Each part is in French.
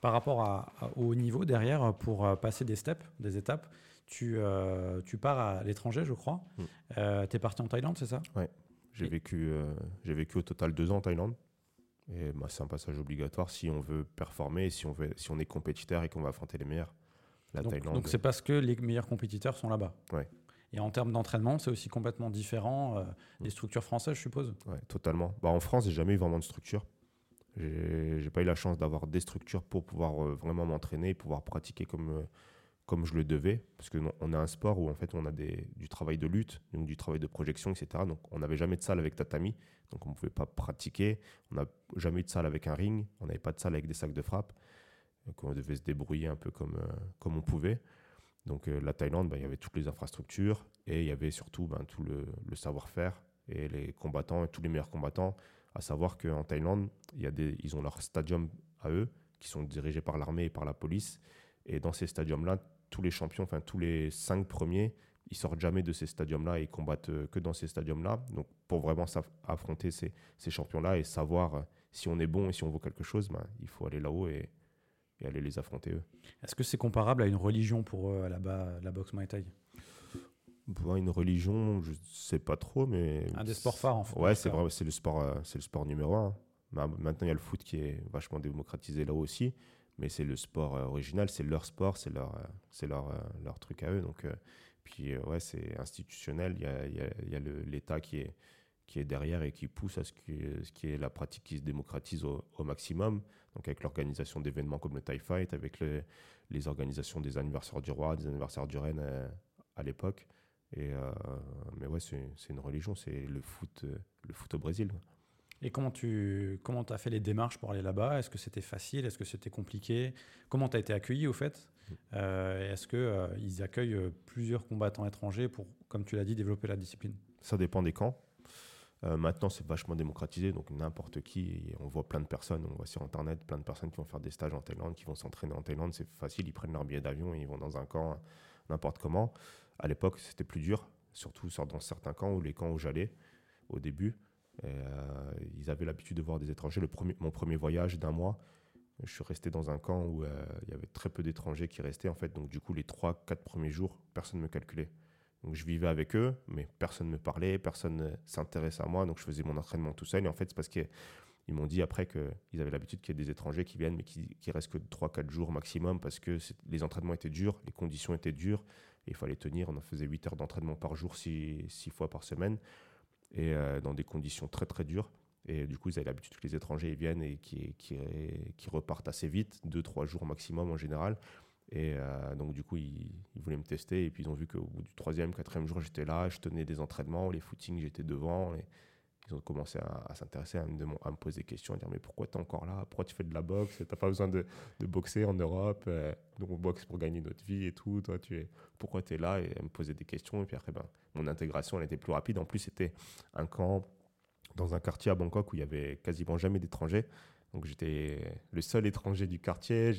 Par rapport au haut niveau derrière, pour passer des steps, des étapes, tu pars à l'étranger, je crois. Mm. Tu es parti en Thaïlande, c'est ça? Ouais, j'ai Et- vécu, euh, j'ai vécu au total 2 ans en Thaïlande. Et bah, c'est un passage obligatoire si on veut performer, si on est compétiteur et qu'on va affronter les meilleurs. La donc Thaïlande, c'est parce que les meilleurs compétiteurs sont là-bas. ouais, Et en termes d'entraînement, c'est aussi complètement différent des mm, structures françaises, je suppose. ouais, totalement. Bah, en France, j'ai jamais eu vraiment de structure. J'ai pas eu la chance d'avoir des structures pour pouvoir vraiment m'entraîner et pouvoir pratiquer comme je le devais. Parce qu'on a un sport où en fait on a du travail de lutte, donc du travail de projection, etc. Donc on n'avait jamais de salle avec tatami, donc on ne pouvait pas pratiquer. On n'a jamais eu de salle avec un ring, on n'avait pas de salle avec des sacs de frappe. Donc on devait se débrouiller un peu comme on pouvait. Donc la Thaïlande, il y avait toutes les infrastructures et il y avait surtout tout le savoir-faire et les combattants, et tous les meilleurs combattants. À savoir qu'en Thaïlande, ils ont leur stadium à eux, qui sont dirigés par l'armée et par la police. Et dans ces stadiums-là, tous les champions, enfin tous les 5 premiers, ils sortent jamais de ces stadiums-là et ils combattent que dans ces stadiums-là. Donc pour vraiment affronter ces champions-là et savoir si on est bon et si on vaut quelque chose, il faut aller là-haut et aller les affronter eux. Est-ce que c'est comparable à une religion pour eux là-bas, la boxe Muay Thai? Une religion, je sais pas trop, mais Un des sports phares, en ouais, tout cas. c'est le sport numéro un. Maintenant, il y a le foot qui est vachement démocratisé là aussi, mais c'est le sport original, c'est leur sport, leur truc à eux. Donc, ouais, c'est institutionnel. Il y a l'État qui est derrière et qui pousse à ce qui est la pratique qui se démocratise au maximum. Donc, avec l'organisation d'événements comme le Thai Fight, avec les organisations des anniversaires du roi, des anniversaires du reine à l'époque. Mais ouais, c'est une religion, c'est le foot au Brésil. Et comment t'as fait les démarches pour aller là-bas? Est-ce que c'était facile? Est-ce que c'était compliqué? Comment t'as été accueilli au fait? Est-ce que ils accueillent plusieurs combattants étrangers pour, comme tu l'as dit, développer la discipline? Ça dépend des camps. Maintenant, c'est vachement démocratisé, donc n'importe qui, on voit plein de personnes, on voit sur Internet plein de personnes qui vont faire des stages en Thaïlande, qui vont s'entraîner en Thaïlande, c'est facile, ils prennent leur billet d'avion et ils vont dans un camp n'importe comment. À l'époque, c'était plus dur, surtout dans certains camps ou les camps où j'allais au début. Ils avaient l'habitude de voir des étrangers. Mon premier voyage d'un mois, je suis resté dans un camp où il y avait très peu d'étrangers qui restaient en fait. Donc du coup, les 3-4 premiers jours, personne ne me calculait. Donc je vivais avec eux, mais personne ne me parlait, personne ne s'intéressait à moi. Donc je faisais mon entraînement tout seul. Et en fait, c'est parce qu'ils m'ont dit après qu'ils avaient l'habitude qu'il y ait des étrangers qui viennent, mais qui restent que 3-4 jours maximum parce que les entraînements étaient durs, les conditions étaient dures. Et il fallait tenir. On en faisait 8 heures d'entraînement par jour, 6 fois par semaine. Et dans des conditions très très dures. Et du coup, ils avaient l'habitude que les étrangers ils viennent et qui repartent assez vite, 2-3 jours maximum en général. Et donc, du coup, ils voulaient me tester. Et puis, ils ont vu qu'au bout du troisième, quatrième jour, j'étais là, je tenais des entraînements, les footings, j'étais devant. Et ils ont commencé à s'intéresser, à me poser des questions, à dire mais pourquoi tu es encore là? Pourquoi tu fais de la boxe? Tu n'as pas besoin de boxer en Europe. Donc, on boxe pour gagner notre vie et tout. Toi, pourquoi tu es là? Et à me poser des questions. Et puis après, mon intégration, elle était plus rapide. En plus, c'était un camp dans un quartier à Bangkok où il y avait quasiment jamais d'étrangers. Donc j'étais le seul étranger du quartier.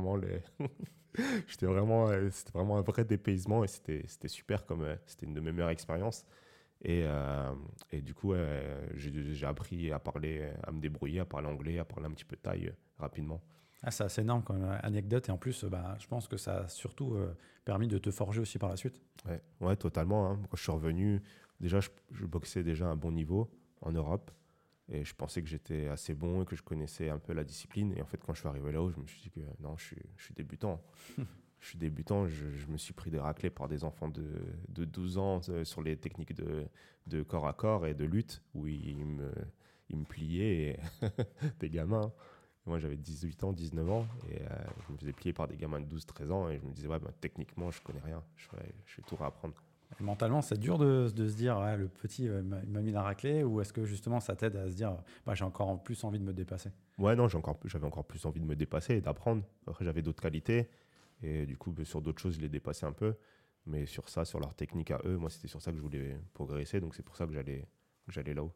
C'était vraiment un vrai dépaysement et c'était super c'était une de mes meilleures expériences. Et du coup, j'ai appris à parler, à me débrouiller, à parler anglais, à parler un petit peu thaï rapidement. Ah, c'est assez énorme comme anecdote. Et en plus, je pense que ça a surtout permis de te forger aussi par la suite. Ouais, ouais, totalement. Hein. Quand je suis revenu, déjà, je boxais déjà à un bon niveau en Europe. Et je pensais que j'étais assez bon et que je connaissais un peu la discipline. Et en fait, quand je suis arrivé là-haut, je me suis dit que non, je suis débutant. Je suis débutant, je me suis pris des raclées par des enfants de 12 ans sur les techniques de corps à corps et de lutte, où ils me pliaient, et des gamins. Moi, j'avais 18 ans, 19 ans, et je me faisais plier par des gamins de 12-13 ans, et je me disais, ouais, techniquement, je connais rien, je vais tout réapprendre. Et mentalement, c'est dur de se dire, ouais, le petit il m'a mis la raclée, ou est-ce que justement ça t'aide à se dire, j'ai encore plus envie de me dépasser? Ouais, non, j'avais encore plus envie de me dépasser et d'apprendre. Après, j'avais d'autres qualités, et du coup, sur d'autres choses, je les dépassais un peu. Mais sur leur technique à eux, moi, c'était sur ça que je voulais progresser, donc c'est pour ça que j'allais là-haut.